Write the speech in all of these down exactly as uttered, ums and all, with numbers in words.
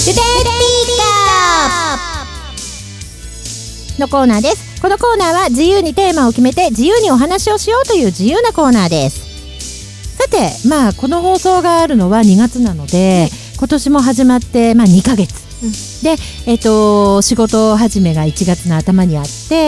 テテピーカーのコーナーです。このコーナーは自由にテーマを決めて自由にお話をしようという自由なコーナーです。さて、まあこの放送があるのはにがつなので、今年も始まってまあにかげつ、うん、で、えーと、仕事始めがいちがつの頭にあって、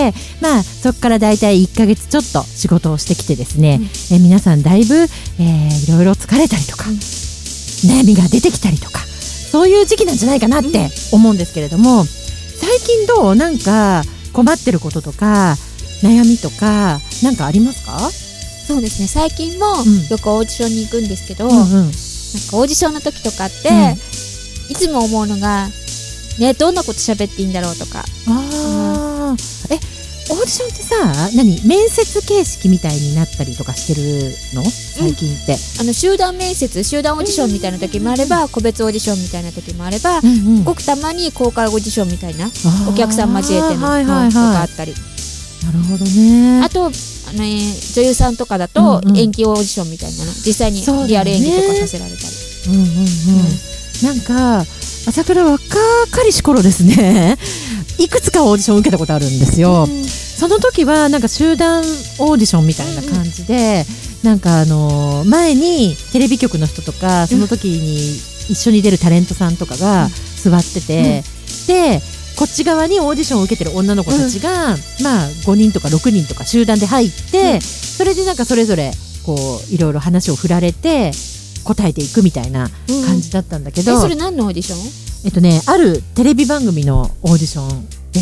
まあそこからだいたいいっかげつちょっと仕事をしてきてですね、うん、え皆さんだいぶ、えー、いろいろ疲れたりとか、うん、悩みが出てきたりとか、そういう時期なんじゃないかなって思うんですけれども、最近どう？なんか困ってることとか悩みとかなんかありますか？ そうですね、最近もよくオーディションに行くんですけど、うんうん、なんかオーディションの時とかって、うん、いつも思うのがね、どんなこと喋っていいんだろうとか。 あ、うん、えオーディションってさ、何面接形式みたいになったりとかしてるの？最近って、うん、 あの集団面接、集団オーディションみたいな時もあれば、うん、個別オーディションみたいな時もあれば、うんうん、ごくたまに公開オーディションみたいなお客さん交えての、はいはいはい、とかあったり。 なるほどね。 あとあの、ね、女優さんとかだと、うんうん、演技オーディションみたいなの実際にリアル演技とかさせられたり、 うんうんうんうん、なんか朝倉若かりし頃ですねいくつかオーディション受けたことあるんですよ、うん、その時はなんか集団オーディションみたいな感じで、うんうん、なんかあのー、前にテレビ局の人とかその時に一緒に出るタレントさんとかが座ってて、うん、でこっち側にオーディションを受けてる女の子たちが、うん、まあごにんとかろくにんとか集団で入って、うん、それでなんかそれぞれこういろいろ話を振られて答えていくみたいな感じだったんだけど、 うん、えそれ何のオーディション？ えっとね、あるテレビ番組のオーディションです。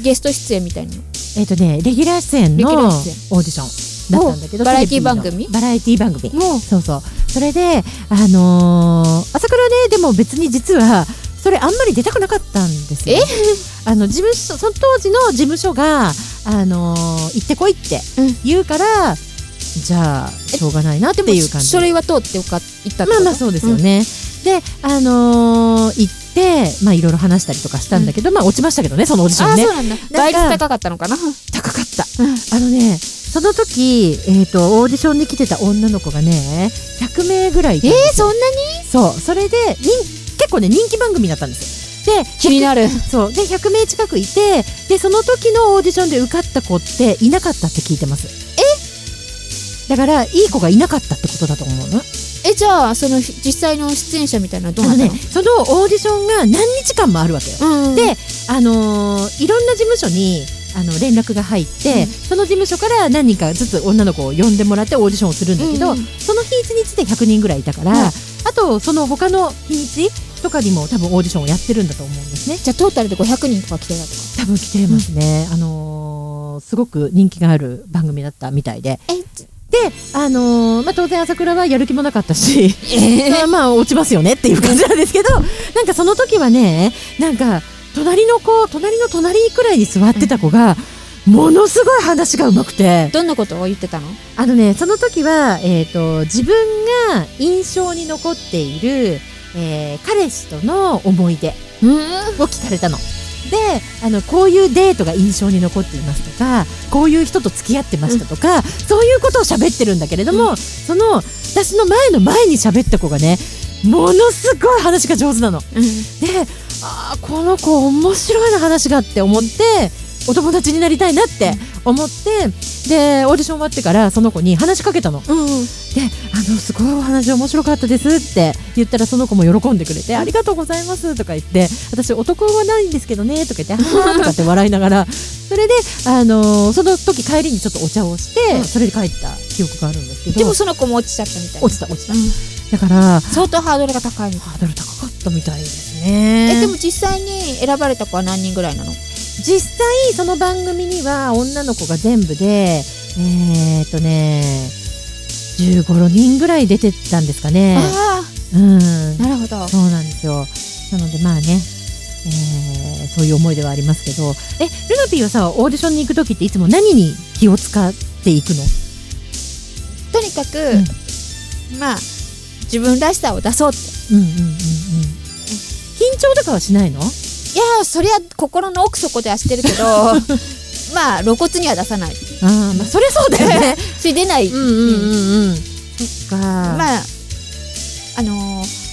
ゲスト出演みたいな。 えっとね、レギュラー出演のオーディションだったんだけど、 バラエティ番組？ バラエティ番組。そうそう。それで、あのー、朝倉ね、でも別に実はそれあんまり出たくなかったんですよ。えあの事務所、その当時の事務所が、あのー、行ってこいって言うから、うん、じゃあしょうがないなっていう感じ。 書類は通ってよかったってこと？ まあまあそうですよね。うん、で、あのー、行って、まあいろいろ話したりとかしたんだけど、うん、まあ落ちましたけどね、そのオーディションね。 あ、そうなんだ。倍率高かったのかな。 高かった。うん、あのね、その時、えーと、オーディションに来てた女の子がね、ひゃくめいぐらいいたんですよ。 えー、そんなに？ そう、それで結構ね人気番組だったんですよ。で、 気になる。 そうでひゃくめい近くいて、でその時のオーディションで受かった子っていなかったって聞いてます。え？だからいい子がいなかったってことだと思うの。 え、じゃあその実際の出演者みたいなのはどうなったの？ ね、そのオーディションが何日間もあるわけよ。うんうん、で、あのー、いろんな事務所にあの連絡が入って、うん、その事務所から何人かずつ女の子を呼んでもらってオーディションをするんだけど、うんうん、その日一日でひゃくにんぐらいいたから、うん、あとその他の日にちとかにも多分オーディションをやってるんだと思うんですね。 じゃあトータルでごひゃくにんとか来てたとか？ 多分来てますね、うん、あのー、すごく人気がある番組だったみたいで。えで、あのーまあ、当然朝倉はやる気もなかったし、えー、まあ落ちますよねっていう感じなんですけど、なんかその時はね、なんか隣の子隣の隣くらいに座ってた子が、うん、ものすごい話がうまくて。 どんなことを言ってたの？あのね、その時は、えーと、自分が印象に残っている、えー、彼氏との思い出を聞かれたの。で、あのこういうデートが印象に残っていますとか、こういう人と付き合ってましたとか、うん、そういうことを喋ってるんだけれども、うん、その私の前の前に喋った子がね、ものすごい話が上手なの、うん、で、あーこの子面白いな話がって思って、お友達になりたいなって思って、でオーディション終わってからその子に話しかけたの、うんうん、で、あのすごいお話面白かったですって言ったら、その子も喜んでくれて、ありがとうございますとか言って、私男はないんですけどねとか言って、はーとかって笑いながらそれで、あのー、その時帰りにちょっとお茶をして、うん、それで帰った記憶があるんですけど。 でもその子も落ちちゃったみたいな。 落ちた落ちた、うん、だから相当ハードルが高いみたいな。 ハードル高かったみたいですね。 え、でも実際に選ばれた子は何人ぐらいなの？ 実際その番組には女の子が全部でえーっとねじゅうごにんぐらい出てたんですかね。 ああ、 うん、 なるほど。 そうなんですよ。なのでまあね、えー、そういう思いではありますけど、え、ルナピーはさ、オーディションに行くときっていつも何に気を使っていくの？ とにかく、うん、まあ自分らしさを出そうって。うんうんうんうん。 緊張とかはしないの？ いや、そりゃ心の奥底ではしてるけどまあ露骨には出さない。 あ、まあそりゃそうだよねそれ出ない。うんうんうんうん。 そっか。 まああのー、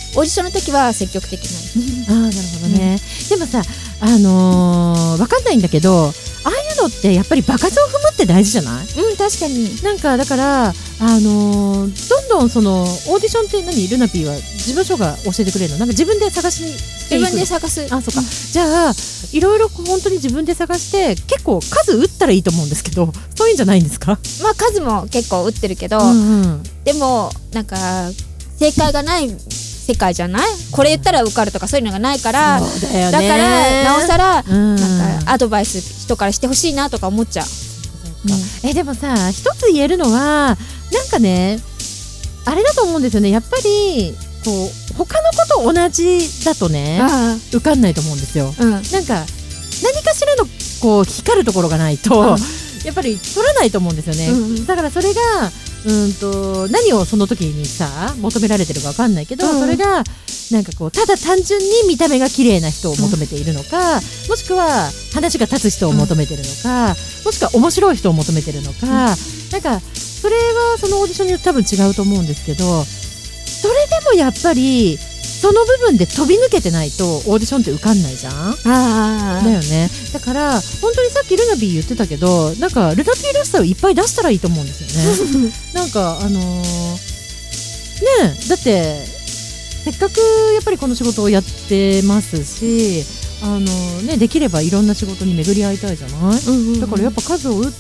オーディションの時は積極的なの。 ああなるほどね、うん、でもさあのー、わかんないんだけど、ああいうのってやっぱり場数を踏むって大事じゃない？ うん、確かに。 なんかだからあのー、どんどんそのオーディションって何、ルナピーは事務所が教えてくれるの？なんか自分で探しにしていく？ 自分で探す。 あ、そうか、うん、じゃあいろいろ本当に自分で探して結構数打ったらいいと思うんですけど、そういうんじゃないんですか？ まあ数も結構打ってるけど、 うんうん、でもなんか正解がない世界じゃない？これ言ったら受かるとかそういうのがないから、 そうだよね、 だからなおさら、 うん、 なんかアドバイス人からしてほしいなとか思っちゃう。 うん、えでもさ一つ言えるのはなんかねあれだと思うんですよね。やっぱりこう他の子と同じだとね受かんないと思うんですよ、うん、なんか何かしらのこう光るところがないと、うん、やっぱり取らないと思うんですよね、うん、だからそれがうんと何をその時にさ求められてるか分かんないけど、うん、それがなんかこうただ単純に見た目が綺麗な人を求めているのか、うん、もしくは話が立つ人を求めてるのか、うん、もしくは面白い人を求めてるのか、うん、なんかそれはそのオーディションによって多分違うと思うんですけど、それでもやっぱりその部分で飛び抜けてないとオーディションって受かんないじゃん。あだよね。だから本当にさっきルナビー言ってたけど、なんかルナビーらしさをいっぱい出したらいいと思うんですよねなんかあのー、ねえだってせっかくやっぱりこの仕事をやってますし、あのーね、できればいろんな仕事に巡り合いたいじゃない、うんうんうん、だからやっぱ数を打って、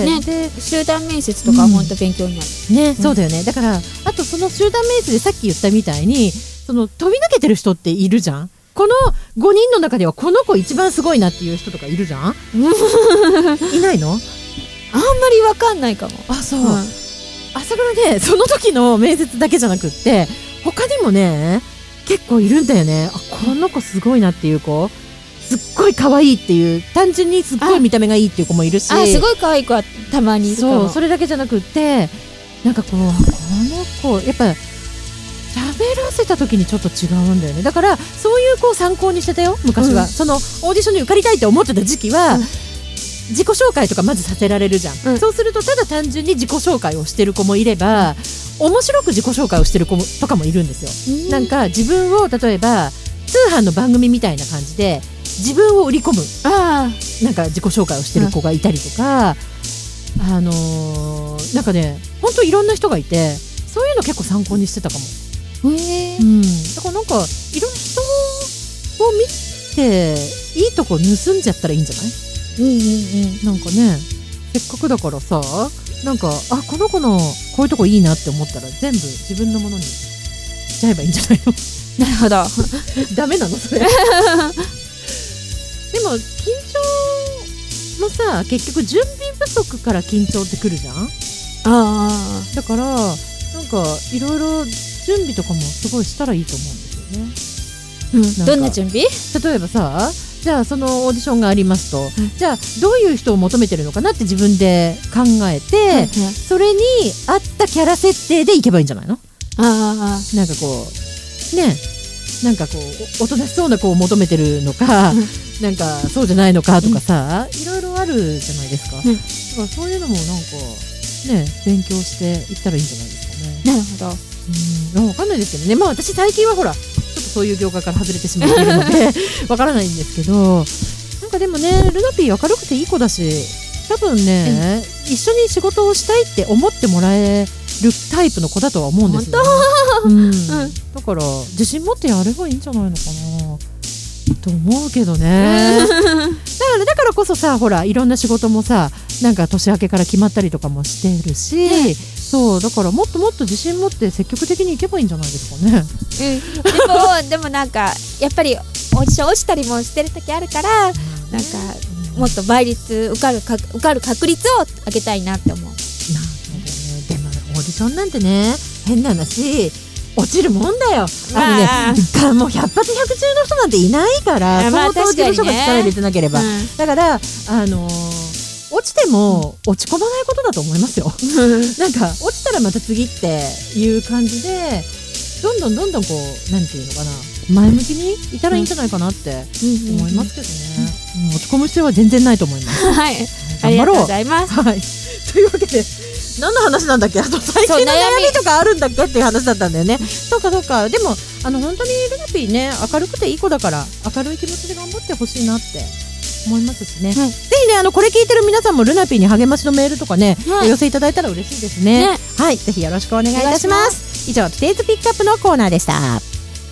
ね、で集団面接とかは本当勉強になる、 うん、ね、うん、そうだよね。だからあとその集団面接でさっき言ったみたいにその飛び抜けてる人っているじゃん。このごにんの中ではこの子一番すごいなっていう人とかいるじゃんいないの？あんまり分かんないかも。 あ、そう、うん、朝倉ねその時の面接だけじゃなくって他にもね結構いるんだよね。あ、この子すごいなっていう子、すっごい可愛いっていう単純にすっごい見た目がいいっていう子もいるし、 ああすごい可愛い子はたまにいるかも。 そうそれだけじゃなくってなんかこうこの子やっぱ喋らせた時にちょっと違うんだよね。だからそういう子を参考にしてたよ昔は、うん、そのオーディションに受かりたいって思ってた時期は、うん、自己紹介とかまずさせられるじゃん、うん、そうするとただ単純に自己紹介をしてる子もいれば、うん、面白く自己紹介をしてる子もとかもいるんですよ、うん、なんか自分を例えば通販の番組みたいな感じで自分を売り込むあなんか自己紹介をしてる子がいたりとか、うん、あのー、なんかねほんといろんな人がいてそういうの結構参考にしてたかも。へー、うん、だからなんかいろんな人を見ていいとこ盗んじゃったらいいんじゃない？うんうんうん、なんかねせっかくだからさなんかあこの子のこういうとこいいなって思ったら全部自分のものにしちゃえばいいんじゃないの？ なるほどダメなのそれでも緊張もさ結局準備不足から緊張ってくるじゃん。あだからなんかいろいろ準備とかもすごいしたらいいと思うんですよね、うん、 どんな準備？ 例えばさじゃあそのオーディションがありますと、うん、じゃあどういう人を求めてるのかなって自分で考えて、うんうん、それに合ったキャラ設定でいけばいいんじゃないの？あなんかこうねなんかこうおとなしそうな子を求めてるのか、うん、なんかそうじゃないのかとかさ、うん、いろいろあるじゃないですか、うん、だからそういうのもなんかね勉強していったらいいんじゃないですかね。 なるほど。 うん、分かんないですけどね。まあ私最近はほらちょっとそういう業界から外れてしまっているので分からないんですけど、なんかでもねルナピー明るくていい子だし多分ね、うん、一緒に仕事をしたいって思ってもらえるタイプの子だとは思うんですよ、ねうんうん、だから自信持ってやればいいんじゃないのかなと思うけどねだからだからこそさほらいろんな仕事もさなんか年明けから決まったりとかもしてるし、ね、そうだからもっともっと自信持って積極的にいけばいいんじゃないですかね、 うん、でもでもなんかやっぱりオーディション落ちたりもしてる時あるから、うん、なんかもっと倍率受かるか受かる確率を上げたいなって思う。なるほどね。でもオーディションなんてね変な話落ちるもんだよ。あのねもうひゃく発ひゃく中の人なんていないから相当事務所が力入れてなければ、うん、だからあのー、落ちても落ち込まないことだと思いますよなんか落ちたらまた次っていう感じでどんどんどんどんこうなんていうのかな前向きにいたらいいんじゃないかなって思いますけどね、うんうんうん、落ち込む必要は全然ないと思いますはい、 頑張ろう。 ありがとうございます、 はい、というわけで何の話なんだっけ、あと最近の悩みとかあるんだっけっていう話だったんだよね。そうかそうか。でもあの本当にルナピーね、明るくていい子だから明るい気持ちで頑張ってほしいなって思いますしね、はい、ぜひねあのこれ聞いてる皆さんもルナピーに励ましのメールとかね、はい、お寄せいただいたら嬉しいですね、ね、はい、ぜひよろしくお願いいたします。以上トゥデイズピックアップのコーナーでした。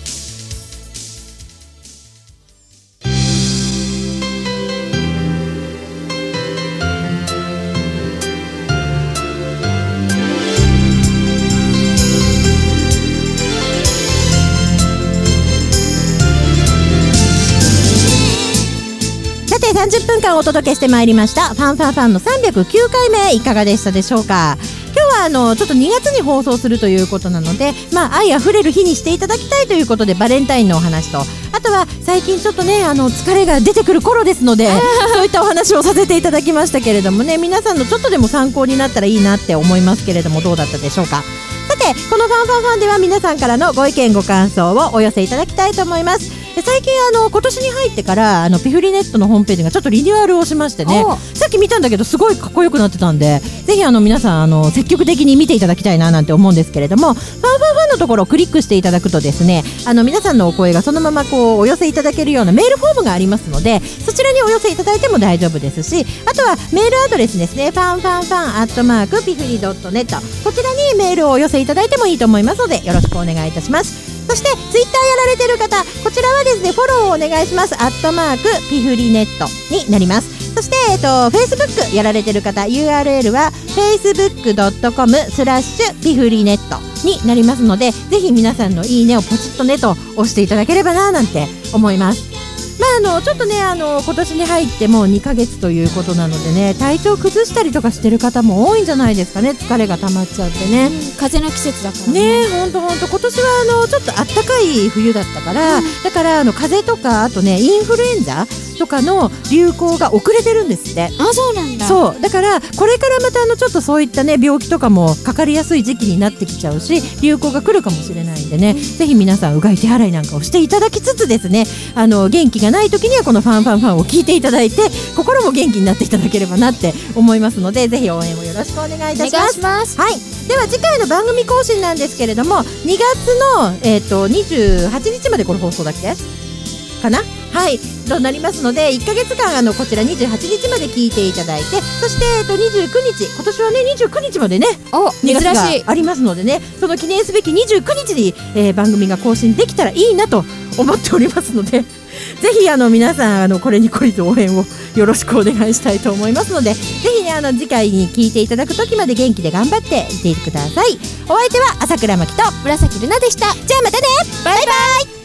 さんじゅっぷんかんお届けしてまいりましたファンファンファンのさんびゃくきゅうかいめ、いかがでしたでしょうか。今日はあのちょっとにがつに放送するということなので、まあ、愛あふれる日にしていただきたいということでバレンタインのお話と、あとは最近ちょっとねあの疲れが出てくる頃ですのでそういったお話をさせていただきましたけれどもね、皆さんのちょっとでも参考になったらいいなって思いますけれども、どうだったでしょうか。さてこのファンファンファンでは皆さんからのご意見ご感想をお寄せいただきたいと思います。最近あの今年に入ってからあのピフリネットのホームページがちょっとリニューアルをしましてね、さっき見たんだけどすごいかっこよくなってたんで、ぜひあの皆さんあの積極的に見ていただきたいななんて思うんですけれども、ファンファンファンのところをクリックしていただくとですね、あの皆さんのお声がそのままこうお寄せいただけるようなメールフォームがありますので、そちらにお寄せいただいても大丈夫ですし、あとはメールアドレスですね、ファンファンファンアットマークピフリドットネット、こちらにメールをお寄せいただいてもいいと思いますのでよろしくお願いいたします。そしてツイッターやられてる方、こちらはですねフォローをお願いします。アットマークピフリネットになります。そして、えっと、フェイスブックやられてる方 ユーアールエル は フェイスブックドットコムスラッシュピフリネットになりますので、ぜひ皆さんのいいねをポチッとねと押していただければななんて思います。まあ、あのちょっとねあの今年に入ってもうにかげつということなのでね、体調崩したりとかしてる方も多いんじゃないですかね。疲れが溜まっちゃってね、うん、 風の季節だからね。 ね、ほんとほんと今年はあのちょっとあったかい冬だったから、うん、だからあの風邪とかあとねインフルエンザとかの流行が遅れてるんですって。 あ、そうなんだ。 そうだからこれからまたあのちょっとそういったね病気とかもかかりやすい時期になってきちゃうし、流行が来るかもしれないんでね、うん、ぜひ皆さんうがい手洗いなんかをしていただきつつですね、あの元気がない時にはこのファンファンファンを聞いていただいて心も元気になっていただければなって思いますので、ぜひ応援をよろしくお願いいたします。 お願いします。 はい、では次回の番組更新なんですけれども、にがつの、えー、とにじゅうはちにちまでこれ放送だっけかな、はいとなりますので、いっかげつかんあのこちらにじゅうはちにちまで聞いていただいて、そして、えー、とにじゅうくにち、今年はねにじゅうくにちまでねおにがつがありますのでね、その記念すべきにじゅうくにちに、えー、番組が更新できたらいいなと思っておりますのでぜひあの皆さんあのこれにこりと応援をよろしくお願いしたいと思いますので、ぜひねあの次回に聞いていただく時まで元気で頑張っていてください。お相手は朝倉真希と紫ルナでした。 じゃあまたね、バイバイ。